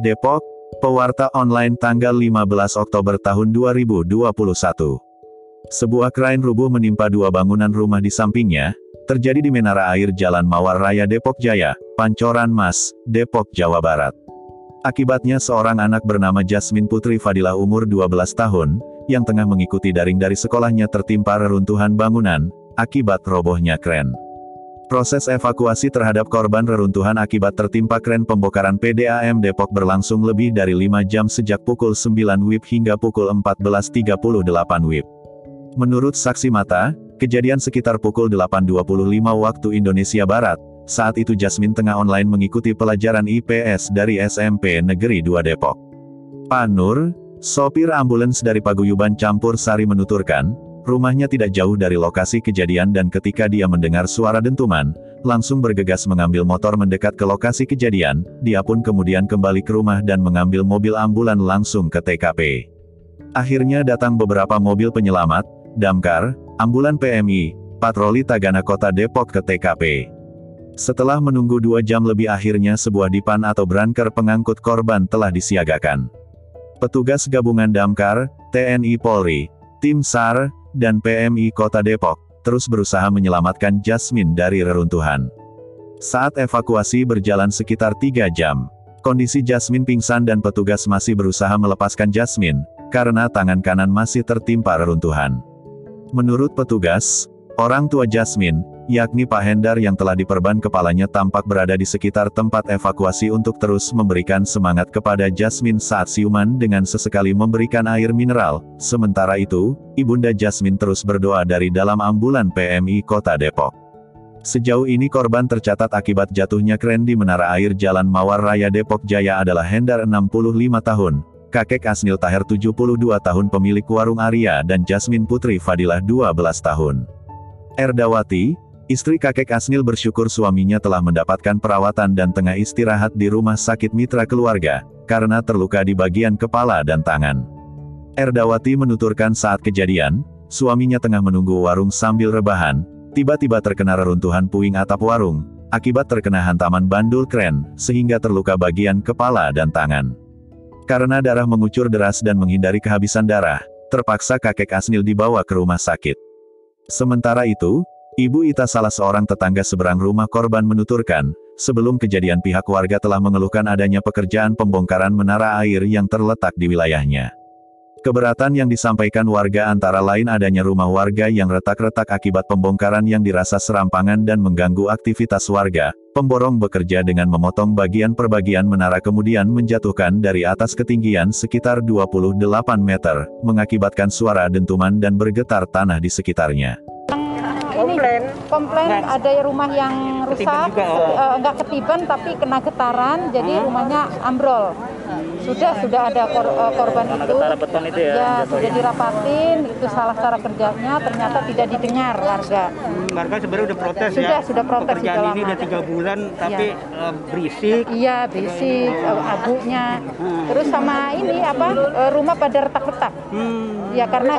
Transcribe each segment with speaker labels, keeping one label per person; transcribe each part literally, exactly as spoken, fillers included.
Speaker 1: Depok, pewarta online tanggal lima belas Oktober tahun dua ribu dua puluh satu. Sebuah krain rubuh menimpa dua bangunan rumah di sampingnya, terjadi di Menara Air Jalan Mawar Raya Depok Jaya, Pancoran Mas, Depok, Jawa Barat. Akibatnya seorang anak bernama Jasmine Putri Fadilah umur dua belas tahun, yang tengah mengikuti daring dari sekolahnya tertimpa reruntuhan bangunan, akibat robohnya kren. Proses evakuasi terhadap korban reruntuhan akibat tertimpa kren pembongkaran P D A M Depok berlangsung lebih dari lima jam sejak pukul sembilan W I B hingga pukul empat belas tiga puluh delapan W I B. Menurut saksi mata, kejadian sekitar pukul delapan dua puluh lima waktu Indonesia Barat. Saat itu Jasmine tengah online mengikuti pelajaran I P S dari S M P Negeri dua Depok. Pak Nur, sopir ambulans dari Paguyuban Campur Sari menuturkan, rumahnya tidak jauh dari lokasi kejadian dan ketika dia mendengar suara dentuman, langsung bergegas mengambil motor mendekat ke lokasi kejadian. Dia pun kemudian kembali ke rumah dan mengambil mobil ambulan langsung ke T K P. Akhirnya datang beberapa mobil penyelamat, damkar, ambulan P M I, patroli Tagana Kota Depok ke T K P. Setelah menunggu dua jam lebih akhirnya sebuah dipan atau branker pengangkut korban telah disiagakan. Petugas gabungan damkar, T N I Polri, tim SAR, dan P M I Kota Depok, terus berusaha menyelamatkan Jasmine dari reruntuhan. Saat evakuasi berjalan sekitar tiga jam, kondisi Jasmine pingsan dan petugas masih berusaha melepaskan Jasmine, karena tangan kanan masih tertimpa reruntuhan. Menurut petugas, orang tua Jasmine, yakni Pak Hendar yang telah diperban kepalanya tampak berada di sekitar tempat evakuasi untuk terus memberikan semangat kepada Jasmine saat siuman dengan sesekali memberikan air mineral. Sementara itu, ibunda Jasmine terus berdoa dari dalam ambulan P M I Kota Depok. Sejauh ini korban tercatat akibat jatuhnya kren di Menara Air Jalan Mawar Raya Depok Jaya adalah Hendar enam puluh lima tahun, kakek Asnil Taher tujuh puluh dua tahun pemilik warung Arya dan Jasmine Putri Fadilah dua belas tahun. Erdawati, istri kakek Asnil bersyukur suaminya telah mendapatkan perawatan dan tengah istirahat di rumah sakit mitra keluarga, karena terluka di bagian kepala dan tangan. Erdawati menuturkan saat kejadian, suaminya tengah menunggu warung sambil rebahan, tiba-tiba terkena reruntuhan puing atap warung, akibat terkena hantaman bandul kren, sehingga terluka bagian kepala dan tangan. Karena darah mengucur deras dan menghindari kehabisan darah, terpaksa kakek Asnil dibawa ke rumah sakit. Sementara itu, Ibu Ita salah seorang tetangga seberang rumah korban menuturkan, sebelum kejadian pihak warga telah mengeluhkan adanya pekerjaan pembongkaran menara air yang terletak di wilayahnya. Keberatan yang disampaikan warga antara lain adanya rumah warga yang retak-retak akibat pembongkaran yang dirasa serampangan dan mengganggu aktivitas warga. Pemborong bekerja dengan memotong bagian per bagian menara kemudian menjatuhkan dari atas ketinggian sekitar dua puluh delapan meter, mengakibatkan suara dentuman dan bergetar tanah di sekitarnya.
Speaker 2: Komplain, komplain ada rumah yang rusak, uh, nggak ketiban tapi kena getaran, jadi rumahnya ambrol. Sudah sudah ada kor, uh, korban itu, beton itu ya, ya sudah dirapatin, itu salah cara kerjanya, ternyata tidak didengar warga.
Speaker 3: Hmm, warga sebenarnya udah protes
Speaker 2: sudah,
Speaker 3: ya.
Speaker 2: Sudah protes.
Speaker 3: Pekerjaan ini udah tiga bulan, tapi ya. uh, berisik.
Speaker 2: Iya berisik, uh, abunya. Hmm. Terus sama ini apa, uh, rumah pada retak-retak. Hmm. Ya karena,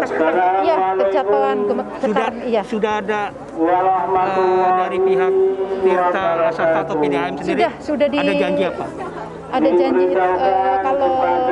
Speaker 2: iya kejatuhan gemetar.
Speaker 3: Sudah,
Speaker 2: iya.
Speaker 3: Sudah ada uh, dari pihak Tirta Asata atau P D A M sendiri.
Speaker 2: Sudah, sudah di.
Speaker 3: Ada janji apa?
Speaker 2: Ada janji uh, kalau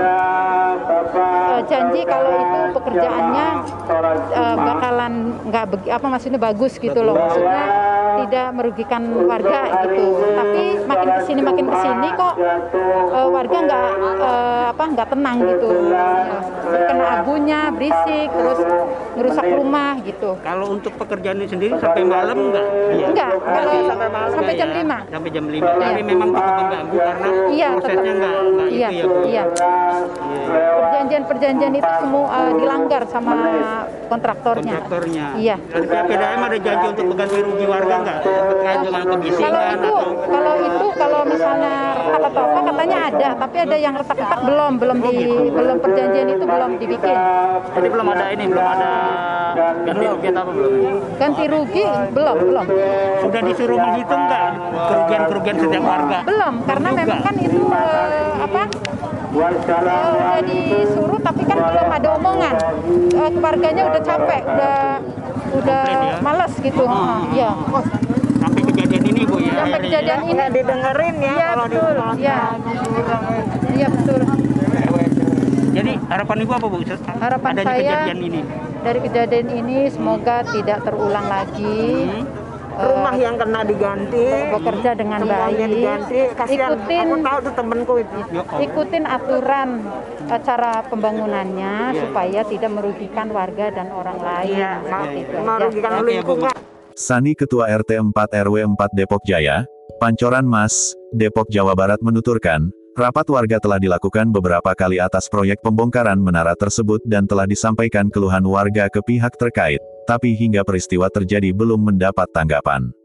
Speaker 2: uh, janji kalau itu pekerjaannya uh, bakalan nggak apa maksudnya bagus gitu loh, maksudnya tidak merugikan warga gitu. Tapi makin kesini makin kesini kok uh, warga nggak uh, apa nggak tenang gitu, kena abunya berisik terus ngerusak rumah gitu.
Speaker 3: Kalau untuk pekerjaan ini sendiri sampai malam nggak?
Speaker 2: Iya. Enggak, kalau sampai, malam sampai jam lima.
Speaker 3: Sampai jam lima. Tapi ya. Memang cukup mengganggu karena
Speaker 2: iya,
Speaker 3: prosesnya nggak nggak
Speaker 2: iya,
Speaker 3: itu ya Bu.
Speaker 2: Iya. Perjanjian-perjanjian itu semua uh, dilanggar sama kontraktornya.
Speaker 3: Kontraktornya.
Speaker 2: Iya.
Speaker 3: Dari pihak P D A M ada janji untuk mengganti rugi warga nggak? Terkait dengan kebisingan
Speaker 2: kalau itu,
Speaker 3: atau?
Speaker 2: Kalau itu, kalau misalnya retak atau apa katanya ada, tapi ada yang retak-retak belum, belum di, belum perjanjian itu belum dibikin.
Speaker 3: Jadi belum ada ini, belum ada ganti rugi atau apa belum?
Speaker 2: Ganti rugi belum, belum.
Speaker 3: Sudah disuruh menghitung nggak kerugian-kerugian setiap warga?
Speaker 2: Belum, karena
Speaker 3: Juga.
Speaker 2: memang kan itu uh, apa? Uh, udah disuruh, tapi kan belum ada omongan. Uh, keluarganya udah capek, udah udah
Speaker 3: ya?
Speaker 2: malas gitu.
Speaker 3: Hmm.
Speaker 2: Iya.
Speaker 3: Sampai kejadian ini Bu ya?
Speaker 2: sampai kejadian ini
Speaker 4: nggak didengerin ya
Speaker 2: iya
Speaker 4: kalau di
Speaker 2: betul iya iya betul.
Speaker 3: Jadi harapan Ibu apa Bu?
Speaker 2: Harapan
Speaker 3: Adanya
Speaker 2: saya
Speaker 3: kejadian ini.
Speaker 2: dari kejadian ini semoga tidak terulang lagi.
Speaker 3: Hmm.
Speaker 4: rumah yang kena diganti,
Speaker 2: Bekerja dengan
Speaker 4: semuanya
Speaker 2: baik.
Speaker 4: diganti. Kasihan,
Speaker 2: Ikutin
Speaker 4: aku tahu tuh temenku itu.
Speaker 2: ikutin aturan eh, cara pembangunannya
Speaker 3: Iya,
Speaker 2: supaya tidak merugikan warga dan orang lain.
Speaker 4: Iya,
Speaker 2: Seperti itu aja.
Speaker 4: merugikan
Speaker 3: Oke, Bu.
Speaker 4: lingkungan.
Speaker 1: Sani Ketua R T empat R W empat Depok Jaya, Pancoran Mas, Depok Jawa Barat menuturkan, rapat warga telah dilakukan beberapa kali atas proyek pembongkaran menara tersebut dan telah disampaikan keluhan warga ke pihak terkait, tapi hingga peristiwa terjadi belum mendapat tanggapan.